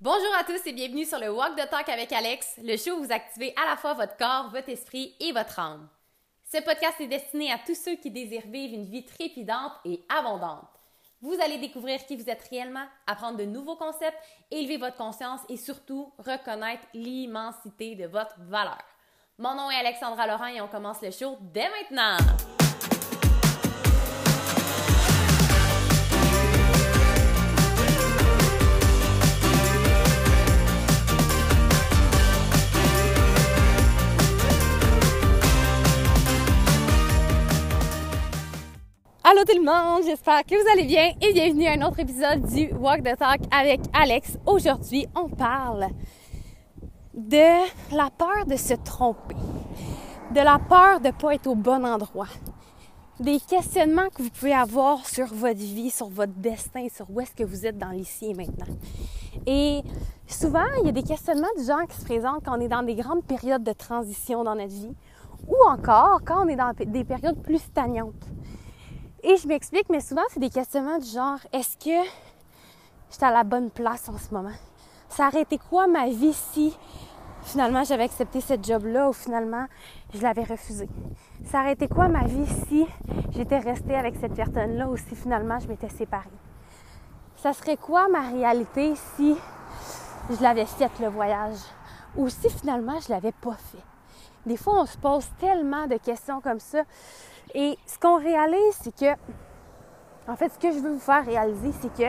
Bonjour à tous et bienvenue sur le Walk the Talk avec Alex, le show où vous activez à la fois votre corps, votre esprit et votre âme. Ce podcast est destiné à tous ceux qui désirent vivre une vie trépidante et abondante. Vous allez découvrir qui vous êtes réellement, apprendre de nouveaux concepts, élever votre conscience et surtout reconnaître l'immensité de votre valeur. Mon nom est Alexandra Laurent et on commence le show dès maintenant! Allô tout le monde, j'espère que vous allez bien et bienvenue à un autre épisode du Walk the Talk avec Alex. Aujourd'hui, on parle de la peur de se tromper, de la peur de ne pas être au bon endroit, des questionnements que vous pouvez avoir sur votre vie, sur votre destin, sur où est-ce que vous êtes dans l'ici et maintenant. Et souvent, il y a des questionnements du genre qui se présentent quand on est dans des grandes périodes de transition dans notre vie ou encore quand on est dans des périodes plus stagnantes. Et je m'explique, mais souvent, c'est des questionnements du genre, est-ce que je suis à la bonne place en ce moment? Ça aurait été quoi ma vie si, finalement, j'avais accepté ce job-là ou finalement, je l'avais refusé? Ça aurait été quoi ma vie si j'étais restée avec cette personne-là ou si, finalement, je m'étais séparée? Ça serait quoi ma réalité si je l'avais fait, le voyage? Ou si, finalement, je l'avais pas fait? Des fois, on se pose tellement de questions comme ça. Et ce qu'on réalise, c'est que, en fait, ce que je veux vous faire réaliser, c'est que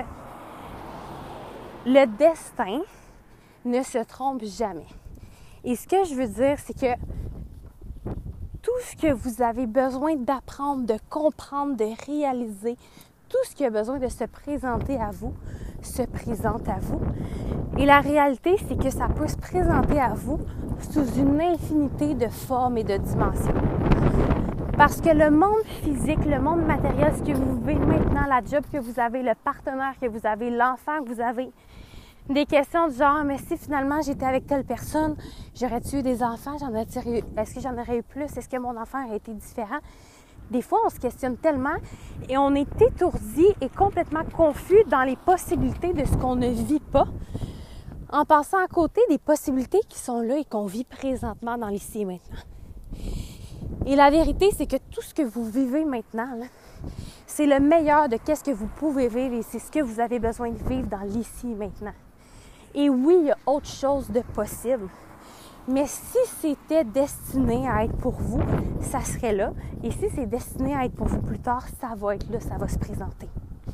le destin ne se trompe jamais. Et ce que je veux dire, c'est que tout ce que vous avez besoin d'apprendre, de comprendre, de réaliser, tout ce qui a besoin de se présenter à vous, se présente à vous. Et la réalité, c'est que ça peut se présenter à vous sous une infinité de formes et de dimensions. Parce que le monde physique, le monde matériel, ce que vous vivez maintenant, la job que vous avez, le partenaire que vous avez, l'enfant que vous avez, des questions du genre, mais si finalement j'étais avec telle personne, j'aurais-tu eu des enfants? Est-ce que j'en aurais eu plus? Est-ce que mon enfant aurait été différent? Des fois, on se questionne tellement et on est étourdi et complètement confus dans les possibilités de ce qu'on ne vit pas, en passant à côté des possibilités qui sont là et qu'on vit présentement dans l'ici et maintenant. Et la vérité, c'est que tout ce que vous vivez maintenant, là, c'est le meilleur de ce que vous pouvez vivre et c'est ce que vous avez besoin de vivre dans l'ici et maintenant. Et oui, il y a autre chose de possible. Mais si c'était destiné à être pour vous, ça serait là. Et si c'est destiné à être pour vous plus tard, ça va être là, ça va se présenter.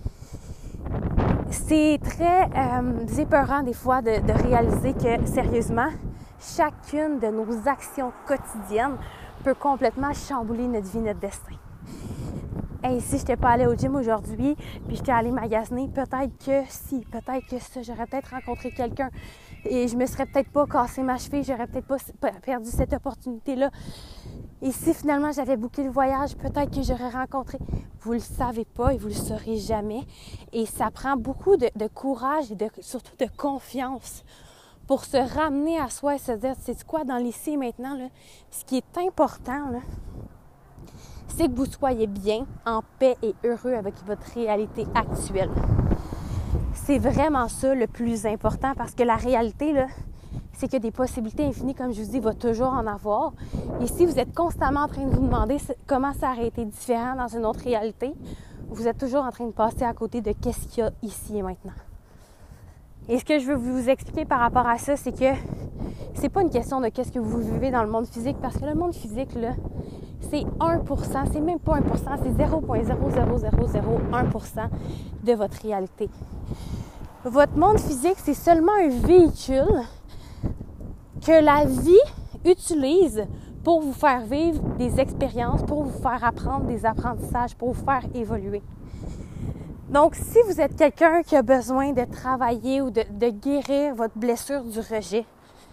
C'est très épeurant des fois de réaliser que, sérieusement, chacune de nos actions quotidiennes peut complètement chambouler notre vie, notre destin. Hey, si je n'étais pas allée au gym aujourd'hui, puis j'étais allée magasiner, peut-être que ça, j'aurais peut-être rencontré quelqu'un et je me serais peut-être pas cassé ma cheville, j'aurais peut-être pas perdu cette opportunité-là. Et si finalement j'avais booké le voyage, peut-être que j'aurais rencontré. Vous le savez pas et vous le saurez jamais. Et ça prend beaucoup de courage et surtout de confiance pour se ramener à soi et se dire, c'est quoi dans l'ici et maintenant, là, ce qui est important, là, c'est que vous soyez bien, en paix et heureux avec votre réalité actuelle. C'est vraiment ça le plus important parce que la réalité, là, c'est que des possibilités infinies, comme je vous dis, va toujours en avoir. Et si vous êtes constamment en train de vous demander comment ça aurait été différent dans une autre réalité, vous êtes toujours en train de passer à côté de qu'est-ce qu'il y a ici et maintenant. Et ce que je veux vous expliquer par rapport à ça, c'est que c'est pas une question de qu'est-ce que vous vivez dans le monde physique, parce que le monde physique, là, c'est 1%, c'est même pas 1%, c'est 0,00001% de votre réalité. Votre monde physique, c'est seulement un véhicule que la vie utilise pour vous faire vivre des expériences, pour vous faire apprendre des apprentissages, pour vous faire évoluer. Donc, si vous êtes quelqu'un qui a besoin de travailler ou de guérir votre blessure du rejet,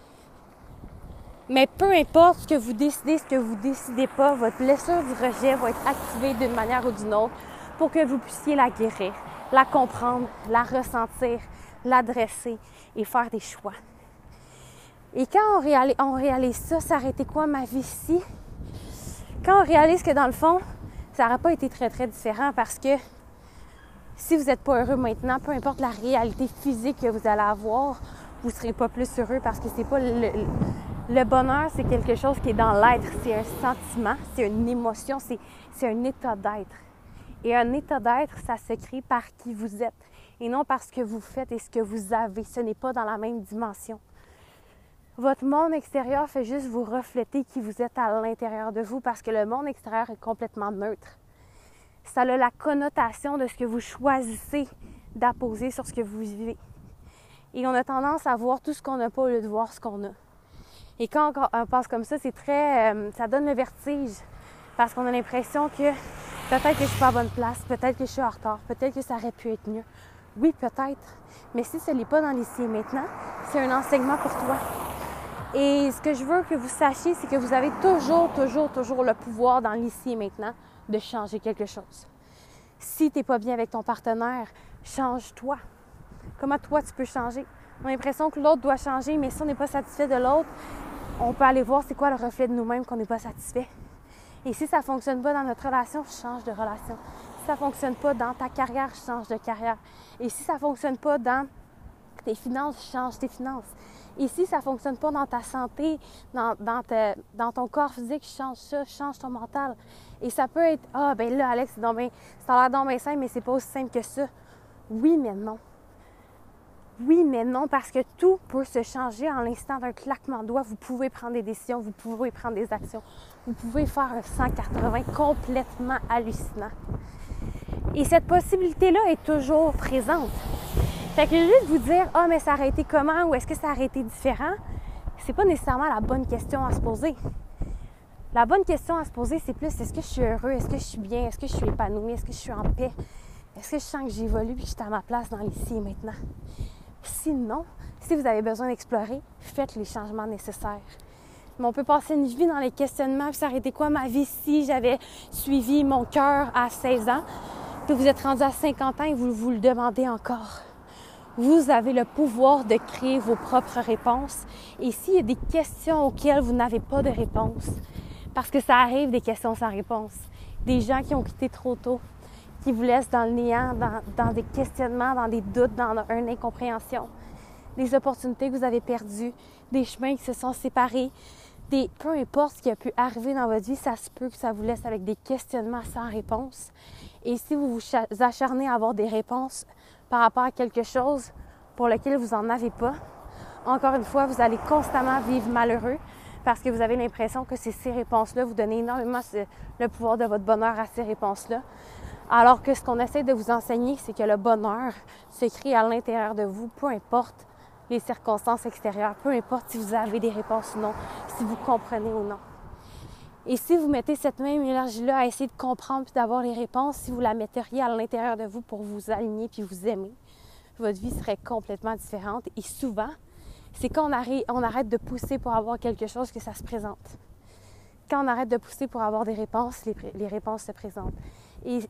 mais peu importe ce que vous décidez pas, votre blessure du rejet va être activée d'une manière ou d'une autre pour que vous puissiez la guérir, la comprendre, la ressentir, l'adresser et faire des choix. Et quand on réalise ça, ça aurait été quoi ma vie si? Quand on réalise que dans le fond, ça n'aurait pas été très, très différent parce que si vous n'êtes pas heureux maintenant, peu importe la réalité physique que vous allez avoir, vous ne serez pas plus heureux parce que c'est pas le bonheur, c'est quelque chose qui est dans l'être. C'est un sentiment, c'est une émotion, c'est un état d'être. Et un état d'être, ça se crée par qui vous êtes et non par ce que vous faites et ce que vous avez. Ce n'est pas dans la même dimension. Votre monde extérieur fait juste vous refléter qui vous êtes à l'intérieur de vous parce que le monde extérieur est complètement neutre. Ça a la connotation de ce que vous choisissez d'apposer sur ce que vous vivez. Et on a tendance à voir tout ce qu'on n'a pas au lieu de voir ce qu'on a. Et quand on pense comme ça, c'est ça donne le vertige parce qu'on a l'impression que peut-être que je suis pas à bonne place, peut-être que je suis en retard, peut-être que ça aurait pu être mieux. Oui, peut-être. Mais si ce n'est pas dans l'ici et maintenant, c'est un enseignement pour toi. Et ce que je veux que vous sachiez, c'est que vous avez toujours le pouvoir dans l'ici et maintenant de changer quelque chose. Si tu n'es pas bien avec ton partenaire, change-toi. Comment toi, tu peux changer? On a l'impression que l'autre doit changer, mais si on n'est pas satisfait de l'autre, on peut aller voir c'est quoi le reflet de nous-mêmes qu'on n'est pas satisfait. Et si ça ne fonctionne pas dans notre relation, change de relation. Si ça ne fonctionne pas dans ta carrière, change de carrière. Et si ça ne fonctionne pas dans tes finances, change tes finances. Et si ça ne fonctionne pas dans ta santé, dans ton corps physique, change ça, change ton mental. Et ça peut être, ah ben là, Alex, ça a l'air donc bien simple, mais c'est pas aussi simple que ça. Oui, mais non. Oui, mais non, parce que tout peut se changer en l'instant d'un claquement de doigts. Vous pouvez prendre des décisions, vous pouvez prendre des actions. Vous pouvez faire un 180 complètement hallucinant. Et cette possibilité-là est toujours présente. Fait que juste vous dire « Ah, mais ça aurait été comment? » ou « Est-ce que ça aurait été différent? » C'est pas nécessairement la bonne question à se poser. La bonne question à se poser, c'est plus « Est-ce que je suis heureux? Est-ce que je suis bien? Est-ce que je suis épanouie? Est-ce que je suis en paix? Est-ce que je sens que j'évolue et que je suis à ma place dans l'ici et maintenant? » Sinon, si vous avez besoin d'explorer, faites les changements nécessaires. Mais on peut passer une vie dans les questionnements, puis ça aurait été quoi ma vie si j'avais suivi mon cœur à 16 ans, puis vous êtes rendu à 50 ans et vous vous le demandez encore. Vous avez le pouvoir de créer vos propres réponses. Et s'il y a des questions auxquelles vous n'avez pas de réponse, parce que ça arrive des questions sans réponse, des gens qui ont quitté trop tôt, qui vous laissent dans le néant, dans des questionnements, dans des doutes, dans une incompréhension, des opportunités que vous avez perdues, des chemins qui se sont séparés, peu importe ce qui a pu arriver dans votre vie, ça se peut que ça vous laisse avec des questionnements sans réponse. Et si vous vous acharnez à avoir des réponses par rapport à quelque chose pour lequel vous n'en avez pas, encore une fois, vous allez constamment vivre malheureux parce que vous avez l'impression que c'est ces réponses-là, vous donnez énormément le pouvoir de votre bonheur à ces réponses-là. Alors que ce qu'on essaie de vous enseigner, c'est que le bonheur se crée à l'intérieur de vous, peu importe les circonstances extérieures, peu importe si vous avez des réponses ou non, si vous comprenez ou non. Et si vous mettez cette même énergie-là à essayer de comprendre puis d'avoir les réponses, si vous la metteriez à l'intérieur de vous pour vous aligner puis vous aimer, votre vie serait complètement différente. Et souvent, c'est quand on arrête de pousser pour avoir quelque chose que ça se présente. Quand on arrête de pousser pour avoir des réponses, les réponses se présentent. Et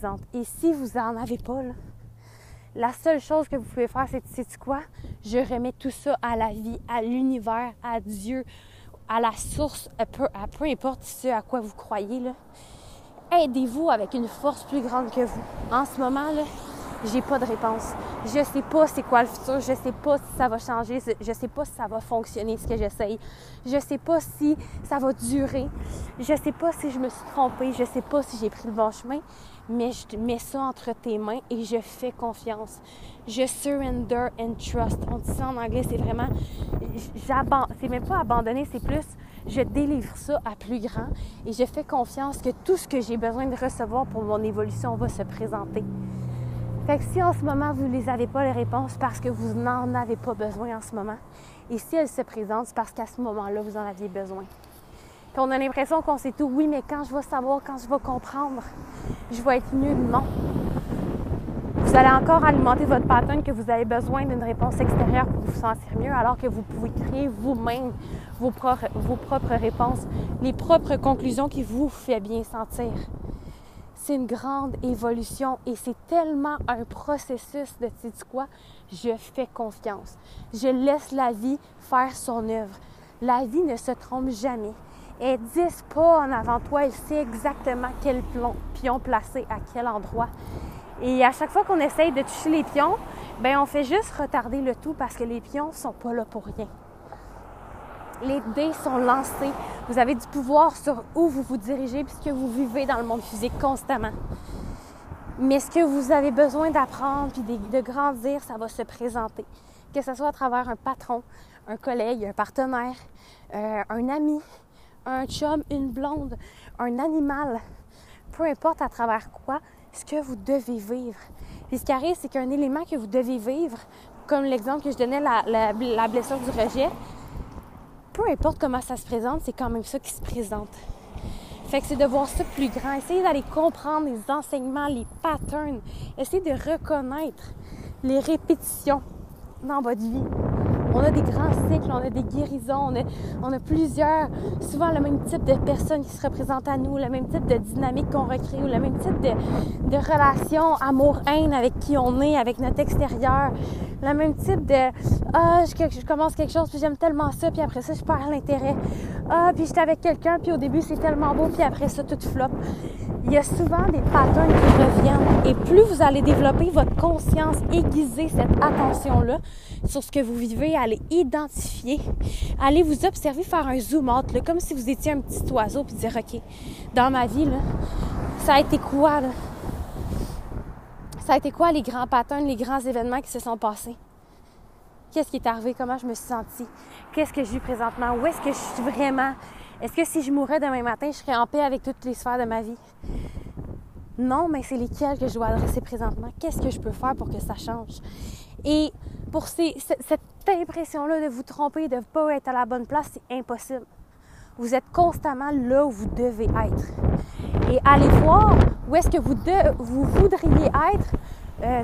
si vous n'en avez pas, là, la seule chose que vous pouvez faire, c'est, sais-tu quoi? Je remets tout ça à la vie, à l'univers, à Dieu, à la source, peu importe ce à quoi vous croyez. Là. Aidez-vous avec une force plus grande que vous. En ce moment, là, j'ai pas de réponse. Je sais pas c'est quoi le futur. Je sais pas si ça va changer. Je sais pas si ça va fonctionner, ce que j'essaye. Je sais pas si ça va durer. Je sais pas si je me suis trompée. Je sais pas si j'ai pris le bon chemin. Mais je mets ça entre tes mains et je fais confiance. Je surrender and trust. On dit ça en anglais, c'est vraiment... C'est même pas abandonner, c'est plus... Je délivre ça à plus grand et je fais confiance que tout ce que j'ai besoin de recevoir pour mon évolution va se présenter. Fait que si en ce moment, vous ne les avez pas les réponses parce que vous n'en avez pas besoin en ce moment, et si elles se présentent, c'est parce qu'à ce moment-là, vous en aviez besoin. Puis on a l'impression qu'on sait tout. Oui, mais quand je vais savoir, quand je vais comprendre, je vais être mieux. Non. Vous allez encore alimenter votre pattern que vous avez besoin d'une réponse extérieure pour vous sentir mieux, alors que vous pouvez créer vous-même vos propres réponses, les propres conclusions qui vous font bien sentir. C'est une grande évolution et c'est tellement un processus de, tu sais quoi, je fais confiance. Je laisse la vie faire son œuvre. La vie ne se trompe jamais. Elle est 10 pas en avant de toi, elle sait exactement quel pion placer à quel endroit. Et à chaque fois qu'on essaye de toucher les pions, on fait juste retarder le tout parce que les pions sont pas là pour rien. Les dés sont lancés. Vous avez du pouvoir sur où vous vous dirigez puisque vous vivez dans le monde physique constamment. Mais ce que vous avez besoin d'apprendre puis de grandir, ça va se présenter. Que ce soit à travers un patron, un collègue, un partenaire, un ami, un chum, une blonde, un animal. Peu importe à travers quoi, ce que vous devez vivre. Puis ce qui arrive, c'est qu'un élément que vous devez vivre, comme l'exemple que je donnais, la blessure du rejet, peu importe comment ça se présente, c'est quand même ça qui se présente. Fait que c'est de voir ça plus grand. Essayez d'aller comprendre les enseignements, les patterns. Essayez de reconnaître les répétitions dans votre vie. On a des grands cycles, on a des guérisons, on a plusieurs, souvent le même type de personnes qui se représentent à nous, le même type de dynamique qu'on recrée, ou le même type de relation amour-haine avec qui on est, avec notre extérieur, le même type de je commence quelque chose, puis j'aime tellement ça, puis après ça, je perds l'intérêt. Puis j'étais avec quelqu'un, puis au début, c'est tellement beau, puis après ça, tout flop. Il y a souvent des patterns qui reviennent. Et plus vous allez développer votre conscience, aiguiser cette attention-là sur ce que vous vivez, allez identifier, allez vous observer, faire un zoom out, là, comme si vous étiez un petit oiseau, puis dire, OK, dans ma vie, là, ça a été quoi, là? Ça a été quoi les grands patterns, les grands événements qui se sont passés? Qu'est-ce qui est arrivé? Comment je me suis sentie? Qu'est-ce que je vis présentement? Où est-ce que je suis vraiment? Est-ce que si je mourais demain matin, je serais en paix avec toutes les sphères de ma vie? Non, mais c'est lesquelles que je dois adresser présentement? Qu'est-ce que je peux faire pour que ça change? Et pour cette impression-là de vous tromper, de ne pas être à la bonne place, c'est impossible. Vous êtes constamment là où vous devez être. Et allez voir où est-ce que vous voudriez être.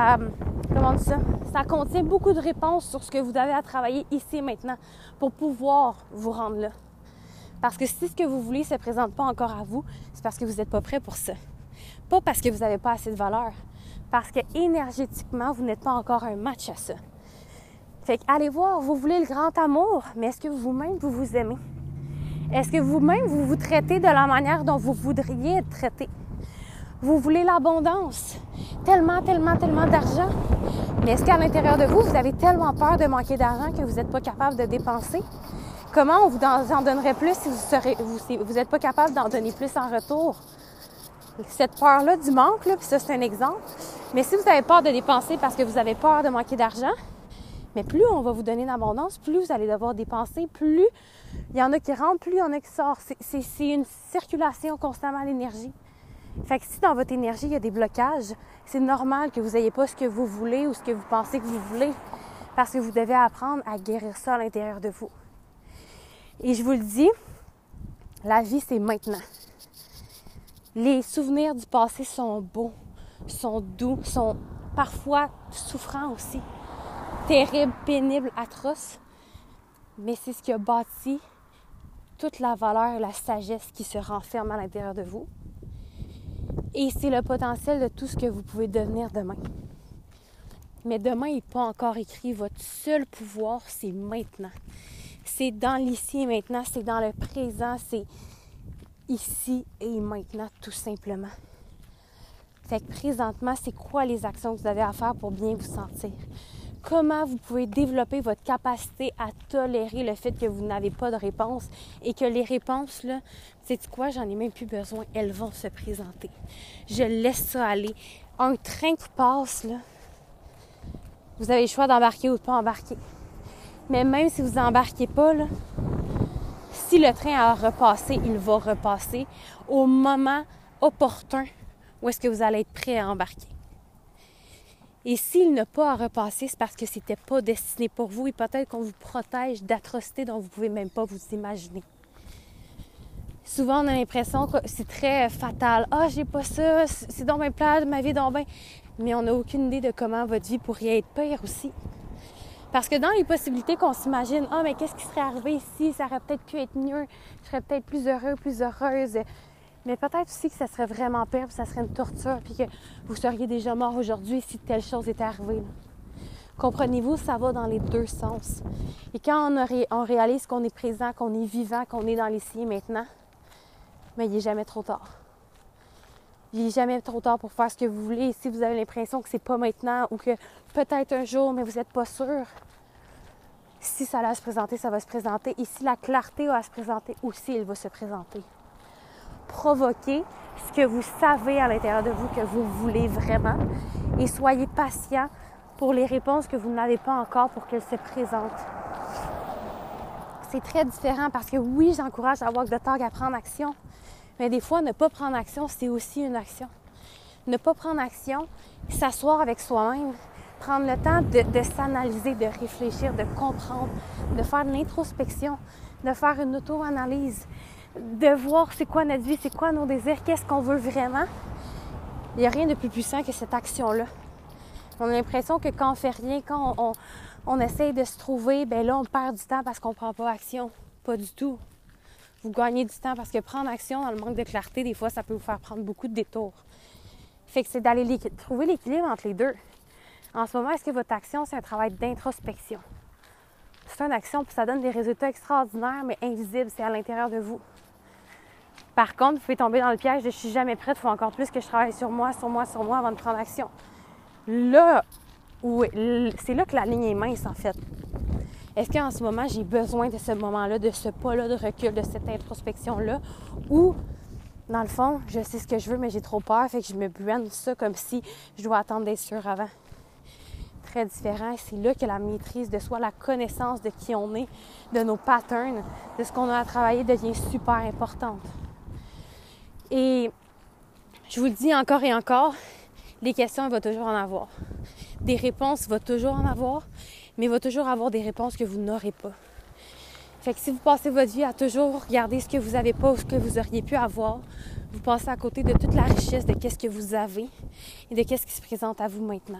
Ça contient beaucoup de réponses sur ce que vous avez à travailler ici et maintenant pour pouvoir vous rendre là. Parce que si ce que vous voulez ne se présente pas encore à vous, c'est parce que vous n'êtes pas prêt pour ça. Pas parce que vous n'avez pas assez de valeur. Parce que énergétiquement, vous n'êtes pas encore un match à ça. Fait que allez voir, vous voulez le grand amour, mais est-ce que vous-même, vous vous aimez? Est-ce que vous-même, vous vous traitez de la manière dont vous voudriez être traité? Vous voulez l'abondance, tellement d'argent. Mais est-ce qu'à l'intérieur de vous, vous avez tellement peur de manquer d'argent que vous n'êtes pas capable de dépenser? Comment on vous en donnerait plus si vous n'êtes pas capable d'en donner plus en retour? Cette peur-là du manque, là, puis ça, c'est un exemple. Mais si vous avez peur de dépenser parce que vous avez peur de manquer d'argent, mais plus on va vous donner d'abondance, plus vous allez devoir dépenser, plus il y en a qui rentrent, plus il y en a qui sortent. C'est une circulation constamment à l'énergie. Fait que si dans votre énergie, il y a des blocages, c'est normal que vous n'ayez pas ce que vous voulez ou ce que vous pensez que vous voulez, parce que vous devez apprendre à guérir ça à l'intérieur de vous. Et je vous le dis, la vie, c'est maintenant. Les souvenirs du passé sont beaux, sont doux, sont parfois souffrants aussi. Terribles, pénibles, atroces. Mais c'est ce qui a bâti toute la valeur et la sagesse qui se renferme à l'intérieur de vous. Et c'est le potentiel de tout ce que vous pouvez devenir demain. Mais demain n'est pas encore écrit. Votre seul pouvoir, c'est maintenant. C'est dans l'ici et maintenant, c'est dans le présent, c'est ici et maintenant, tout simplement. Fait que présentement, c'est quoi les actions que vous avez à faire pour bien vous sentir? Comment vous pouvez développer votre capacité à tolérer le fait que vous n'avez pas de réponse et que les réponses, là, sais-tu quoi, j'en ai même plus besoin, elles vont se présenter. Je laisse ça aller. Un train qui passe, là, vous avez le choix d'embarquer ou de pas embarquer. Mais même si vous n'embarquez pas, là, si le train a repassé, il va repasser au moment opportun où est-ce que vous allez être prêt à embarquer. Et s'il n'a pas à repasser, c'est parce que c'était pas destiné pour vous et peut-être qu'on vous protège d'atrocités dont vous pouvez même pas vous imaginer. Souvent, on a l'impression que c'est très fatal. « Ah, j'ai pas ça, c'est donc bien plate, ma vie est donc bien... » Mais on n'a aucune idée de comment votre vie pourrait être pire aussi. Parce que dans les possibilités qu'on s'imagine, « Ah, mais qu'est-ce qui serait arrivé ici? Ça aurait peut-être pu être mieux. Je serais peut-être plus heureux, plus heureuse. » Mais peut-être aussi que ça serait vraiment pire, puis ça serait une torture, puis que vous seriez déjà mort aujourd'hui si telle chose était arrivée. Comprenez-vous, ça va dans les deux sens. Et quand on réalise qu'on est présent, qu'on est vivant, qu'on est dans l'ici et maintenant, mais il n'est jamais trop tard. Il n'est jamais trop tard pour faire ce que vous voulez. Et si vous avez l'impression que c'est pas maintenant ou que peut-être un jour, mais vous n'êtes pas sûr, si ça va se présenter, ça va se présenter. Et si la clarté va se présenter aussi, elle va se présenter. Provoquez ce que vous savez à l'intérieur de vous que vous voulez vraiment et soyez patient pour les réponses que vous n'avez pas encore pour qu'elles se présentent. C'est très différent parce que oui, j'encourage à Walk the Talk à prendre action, mais des fois, ne pas prendre action, c'est aussi une action. Ne pas prendre action, s'asseoir avec soi-même, prendre le temps de s'analyser, de réfléchir, de comprendre, de faire de l'introspection, de faire une auto-analyse, de voir c'est quoi notre vie, c'est quoi nos désirs, qu'est-ce qu'on veut vraiment. Il n'y a rien de plus puissant que cette action-là. On a l'impression que quand on fait rien, quand on essaye de se trouver, bien là, on perd du temps parce qu'on ne prend pas action. Pas du tout. Vous gagnez du temps parce que prendre action dans le manque de clarté, des fois, ça peut vous faire prendre beaucoup de détours. Fait que c'est d'aller trouver l'équilibre entre les deux. En ce moment, est-ce que votre action, c'est un travail d'introspection? C'est une action, puis ça donne des résultats extraordinaires, mais invisibles, c'est à l'intérieur de vous. Par contre, vous pouvez tomber dans le piège de « je suis jamais prête, il faut encore plus que je travaille sur moi avant de prendre action ». Là, c'est là que la ligne est mince, en fait. Est-ce qu'en ce moment, j'ai besoin de ce moment-là, de ce pas-là de recul, de cette introspection-là, ou, dans le fond, je sais ce que je veux, mais j'ai trop peur, fait que je me brûle ça comme si je dois attendre d'être sûre avant. Très différent. C'est là que la maîtrise de soi, la connaissance de qui on est, de nos patterns, de ce qu'on a à travailler devient super importante. Et je vous le dis encore et encore, des questions, il va toujours en avoir. Des réponses, il va toujours en avoir, mais il va toujours avoir des réponses que vous n'aurez pas. Fait que si vous passez votre vie à toujours regarder ce que vous n'avez pas ou ce que vous auriez pu avoir, vous passez à côté de toute la richesse de qu'est-ce que vous avez et de qu'est-ce qui se présente à vous maintenant.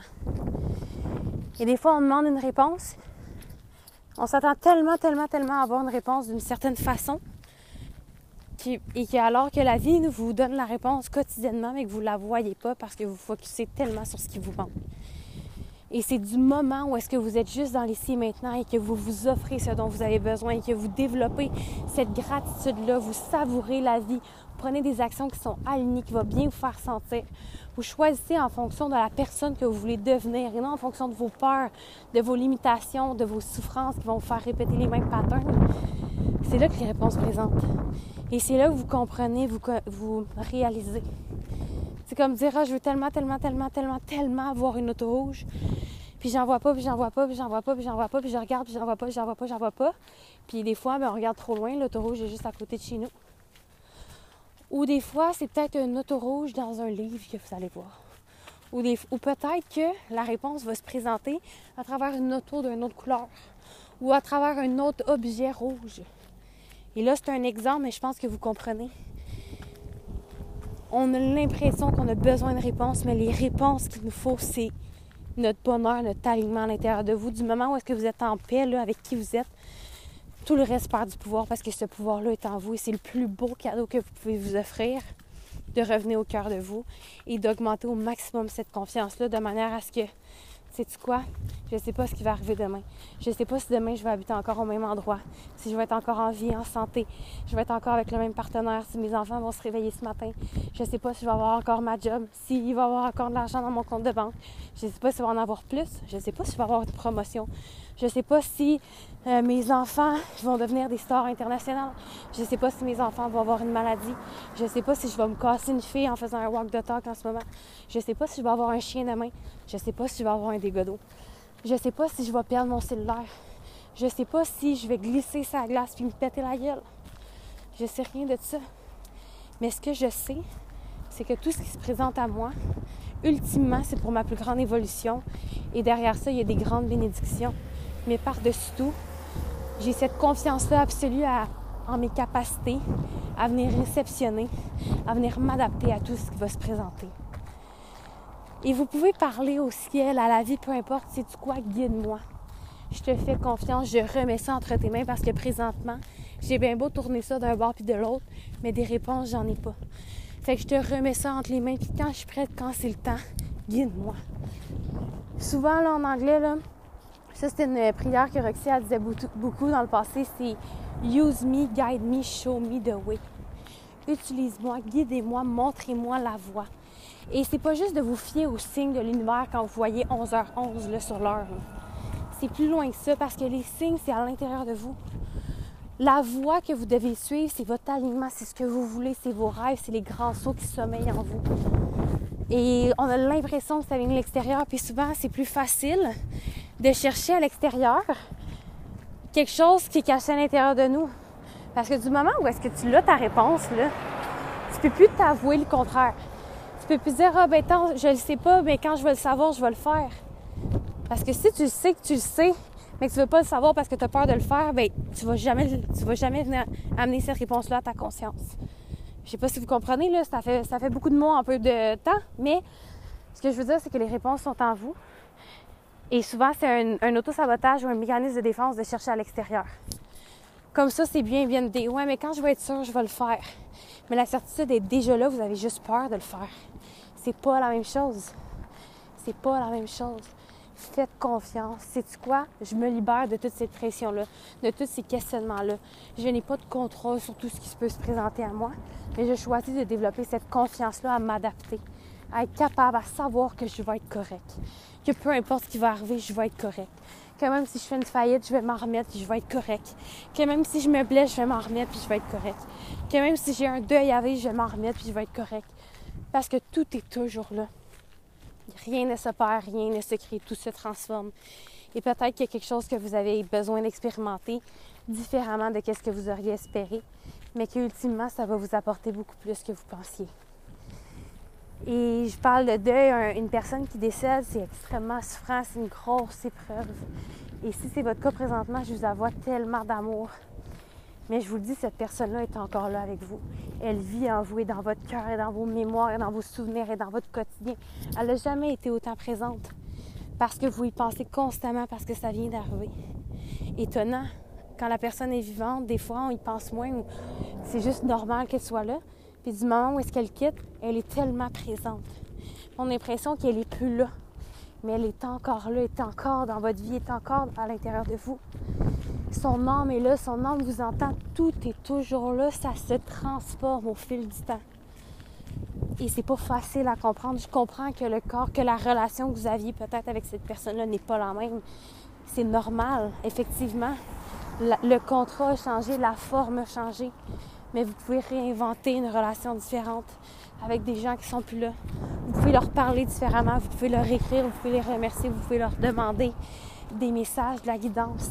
Et des fois, on demande une réponse. On s'attend tellement à avoir une réponse d'une certaine façon alors que la vie vous donne la réponse quotidiennement, mais que vous ne la voyez pas parce que vous focussez tellement sur ce qui vous manque. Et c'est du moment où est-ce que vous êtes juste dans l'ici et maintenant et que vous vous offrez ce dont vous avez besoin et que vous développez cette gratitude-là, vous savourez la vie, vous prenez des actions qui sont alignées, qui vont bien vous faire sentir. Vous choisissez en fonction de la personne que vous voulez devenir et non en fonction de vos peurs, de vos limitations, de vos souffrances qui vont vous faire répéter les mêmes patterns. C'est là que les réponses présentent. Et c'est là que vous comprenez, vous réalisez. C'est comme dire, je veux tellement avoir une auto rouge. Puis j'en vois pas, puis je regarde, puis j'en vois pas. Puis des fois, on regarde trop loin, l'auto rouge est juste à côté de chez nous. Ou des fois, c'est peut-être une auto rouge dans un livre que vous allez voir. Ou peut-être que la réponse va se présenter à travers une auto d'une autre couleur. Ou à travers un autre objet rouge. Et là, c'est un exemple, mais je pense que vous comprenez. On a l'impression qu'on a besoin de réponses, mais les réponses qu'il nous faut, c'est notre bonheur, notre alignement à l'intérieur de vous. Du moment où est-ce que vous êtes en paix là, avec qui vous êtes, tout le reste perd du pouvoir parce que ce pouvoir-là est en vous. Et c'est le plus beau cadeau que vous pouvez vous offrir, de revenir au cœur de vous et d'augmenter au maximum cette confiance-là de manière à ce que, sais-tu quoi? Je ne sais pas ce qui va arriver demain. Je ne sais pas si demain, je vais habiter encore au même endroit, si je vais être encore en vie, en santé, je vais être encore avec le même partenaire, si mes enfants vont se réveiller ce matin. Je ne sais pas si je vais avoir encore ma job, s'il va y avoir encore de l'argent dans mon compte de banque. Je ne sais pas si je vais en avoir plus. Je ne sais pas si je vais avoir une promotion. Je ne sais pas si mes enfants vont devenir des stars internationales. Je ne sais pas si mes enfants vont avoir une maladie. Je ne sais pas si je vais me casser une fille en faisant un walk the talk en ce moment. Je ne sais pas si je vais avoir un chien demain. Je ne sais pas si je vais avoir un dégât d'eau. Je ne sais pas si je vais perdre mon cellulaire. Je ne sais pas si je vais glisser sa glace puis me péter la gueule. Je ne sais rien de ça. Mais ce que je sais, c'est que tout ce qui se présente à moi, ultimement, c'est pour ma plus grande évolution. Et derrière ça, il y a des grandes bénédictions. Mais par-dessus tout, j'ai cette confiance-là absolue en mes capacités à venir réceptionner, à venir m'adapter à tout ce qui va se présenter. Et vous pouvez parler au ciel, à la vie, peu importe, sais-tu quoi, guide-moi. Je te fais confiance, je remets ça entre tes mains parce que présentement, j'ai bien beau tourner ça d'un bord puis de l'autre, mais des réponses, j'en ai pas. Fait que je te remets ça entre les mains, puis quand je suis prête, quand c'est le temps, guide-moi. Souvent, là, en anglais, là, ça, c'était une prière que Roxy elle disait beaucoup dans le passé, c'est « Use me, guide me, show me the way ». Utilise-moi, guidez-moi, montrez-moi la voie. Et c'est pas juste de vous fier aux signes de l'univers quand vous voyez 11h11 là, sur l'heure. C'est plus loin que ça parce que les signes, c'est à l'intérieur de vous. La voie que vous devez suivre, c'est votre alignement, c'est ce que vous voulez, c'est vos rêves, c'est les grands sauts qui sommeillent en vous. Et on a l'impression que ça vient de l'extérieur, puis souvent, c'est plus facile de chercher à l'extérieur quelque chose qui est caché à l'intérieur de nous. Parce que du moment où est-ce que tu l'as ta réponse, là, tu peux plus t'avouer le contraire. Tu peux plus dire « Ah, ben tant, je le sais pas, mais quand je vais le savoir, je vais le faire. » Parce que si tu sais que tu le sais, mais que tu veux pas le savoir parce que tu as peur de le faire, ben tu vas jamais venir amener cette réponse-là à ta conscience. Je sais pas si vous comprenez, là, ça fait beaucoup de mots en peu de temps, mais ce que je veux dire, c'est que les réponses sont en vous. Et souvent, c'est un auto-sabotage ou un mécanisme de défense de chercher à l'extérieur. Comme ça, c'est bien de dire « Ouais, mais quand je vais être sûre, je vais le faire. » Mais la certitude est déjà là, vous avez juste peur de le faire. C'est pas la même chose. C'est pas la même chose. Faites confiance. Sais-tu quoi? Je me libère de toute cette pression-là, de tous ces questionnements-là. Je n'ai pas de contrôle sur tout ce qui peut se présenter à moi, mais je choisis de développer cette confiance-là à m'adapter, à être capable, à savoir que je vais être correct. Que peu importe ce qui va arriver, je vais être correct. Que même si je fais une faillite, je vais m'en remettre puis je vais être correct. Que même si je me blesse, je vais m'en remettre puis je vais être correct. Que même si j'ai un deuil à vivre, je vais m'en remettre puis je vais être correct. Parce que tout est toujours là. Rien ne se perd, rien ne se crée, tout se transforme. Et peut-être qu'il y a quelque chose que vous avez besoin d'expérimenter différemment de ce que vous auriez espéré, mais qu'ultimement, ça va vous apporter beaucoup plus que vous pensiez. Et je parle de deuil, une personne qui décède, c'est extrêmement souffrant, c'est une grosse épreuve. Et si c'est votre cas présentement, je vous avoue tellement d'amour. Mais je vous le dis, cette personne-là est encore là avec vous. Elle vit en vous et dans votre cœur et dans vos mémoires et dans vos souvenirs et dans votre quotidien. Elle n'a jamais été autant présente parce que vous y pensez constamment parce que ça vient d'arriver. Étonnant, quand la personne est vivante, des fois, on y pense moins ou c'est juste normal qu'elle soit là. Puis du moment où est-ce qu'elle quitte, elle est tellement présente. On a l'impression qu'elle n'est plus là. Mais elle est encore là, elle est encore dans votre vie, elle est encore à l'intérieur de vous. Son âme est là, son âme vous entend, tout est toujours là, ça se transforme au fil du temps. Et c'est pas facile à comprendre. Je comprends que le corps, que la relation que vous aviez peut-être avec cette personne-là n'est pas la même. C'est normal, effectivement. Le contrat a changé, la forme a changé. Mais vous pouvez réinventer une relation différente avec des gens qui sont plus là. Vous pouvez leur parler différemment, vous pouvez leur écrire, vous pouvez les remercier, vous pouvez leur demander des messages, de la guidance.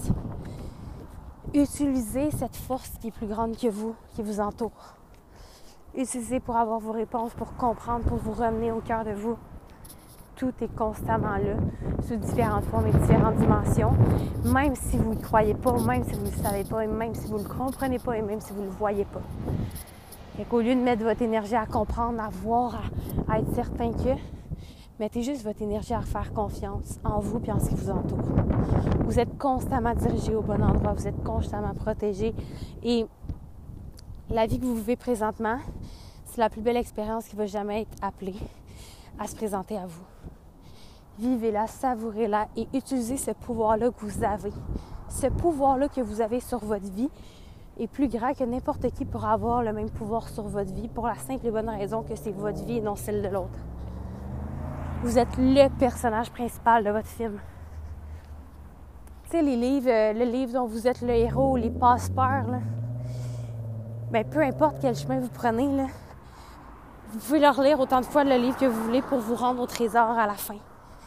Utilisez cette force qui est plus grande que vous, qui vous entoure. Utilisez pour avoir vos réponses, pour comprendre, pour vous ramener au cœur de vous. Tout est constamment là, sous différentes formes et différentes dimensions, même si vous ne croyez pas, même si vous ne le savez pas, et même si vous ne le comprenez pas, et même si vous ne le voyez pas. Fait qu'au lieu de mettre votre énergie à comprendre, à voir, à être certain que, mettez juste votre énergie à faire confiance en vous et en ce qui vous entoure. Vous êtes constamment dirigé au bon endroit, vous êtes constamment protégé. Et la vie que vous vivez présentement, c'est la plus belle expérience qui ne va jamais être appelée à se présenter à vous. Vivez-la, savourez-la et utilisez ce pouvoir-là que vous avez. Ce pouvoir-là que vous avez sur votre vie est plus grand que n'importe qui pour avoir le même pouvoir sur votre vie pour la simple et bonne raison que c'est votre vie et non celle de l'autre. Vous êtes le personnage principal de votre film. Tu sais, les livres, le livre dont vous êtes le héros, les passe-peurs, là, ben, peu importe quel chemin vous prenez, là, vous pouvez leur lire autant de fois le livre que vous voulez pour vous rendre au trésor à la fin.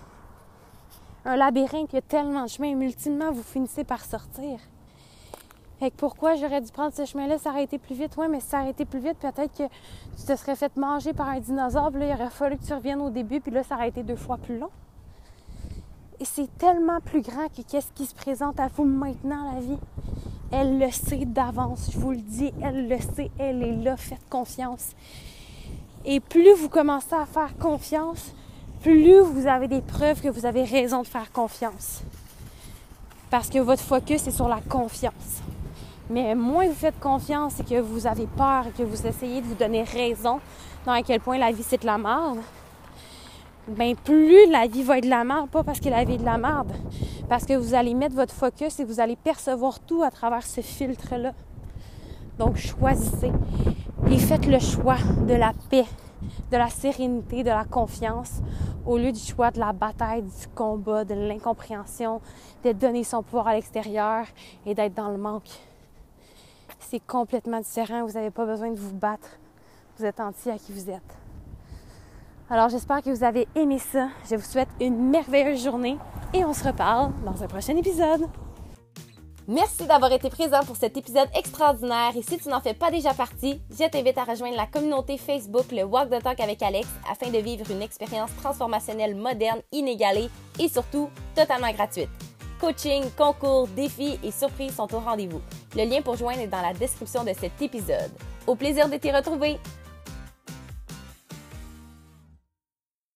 Un labyrinthe, il y a tellement de chemins, mais ultimement, vous finissez par sortir. Fait que pourquoi j'aurais dû prendre ce chemin-là, ça aurait été plus vite? Oui, mais si ça aurait été plus vite, peut-être que tu te serais fait manger par un dinosaure, puis là, il aurait fallu que tu reviennes au début, puis là, ça aurait été 2 fois plus long. Et c'est tellement plus grand que qu'est-ce qui se présente à vous maintenant, la vie. Elle le sait d'avance, je vous le dis, elle le sait, elle est là, faites confiance. Et plus vous commencez à faire confiance, plus vous avez des preuves que vous avez raison de faire confiance. Parce que votre focus est sur la confiance. Mais moins vous faites confiance et que vous avez peur et que vous essayez de vous donner raison dans à quel point la vie c'est de la merde, bien plus la vie va être de la merde, pas parce que la vie est de la merde, parce que vous allez mettre votre focus et vous allez percevoir tout à travers ce filtre-là. Donc choisissez et faites le choix de la paix, de la sérénité, de la confiance, au lieu du choix de la bataille, du combat, de l'incompréhension, de donner son pouvoir à l'extérieur et d'être dans le manque. C'est complètement différent. Vous n'avez pas besoin de vous battre. Vous êtes entier à qui vous êtes. Alors, j'espère que vous avez aimé ça. Je vous souhaite une merveilleuse journée et on se reparle dans un prochain épisode. Merci d'avoir été présent pour cet épisode extraordinaire et si tu n'en fais pas déjà partie, je t'invite à rejoindre la communauté Facebook Le Walk the Talk avec Alex afin de vivre une expérience transformationnelle moderne, inégalée et surtout totalement gratuite. Coaching, concours, défis et surprises sont au rendez-vous. Le lien pour joindre est dans la description de cet épisode. Au plaisir de t'y retrouver!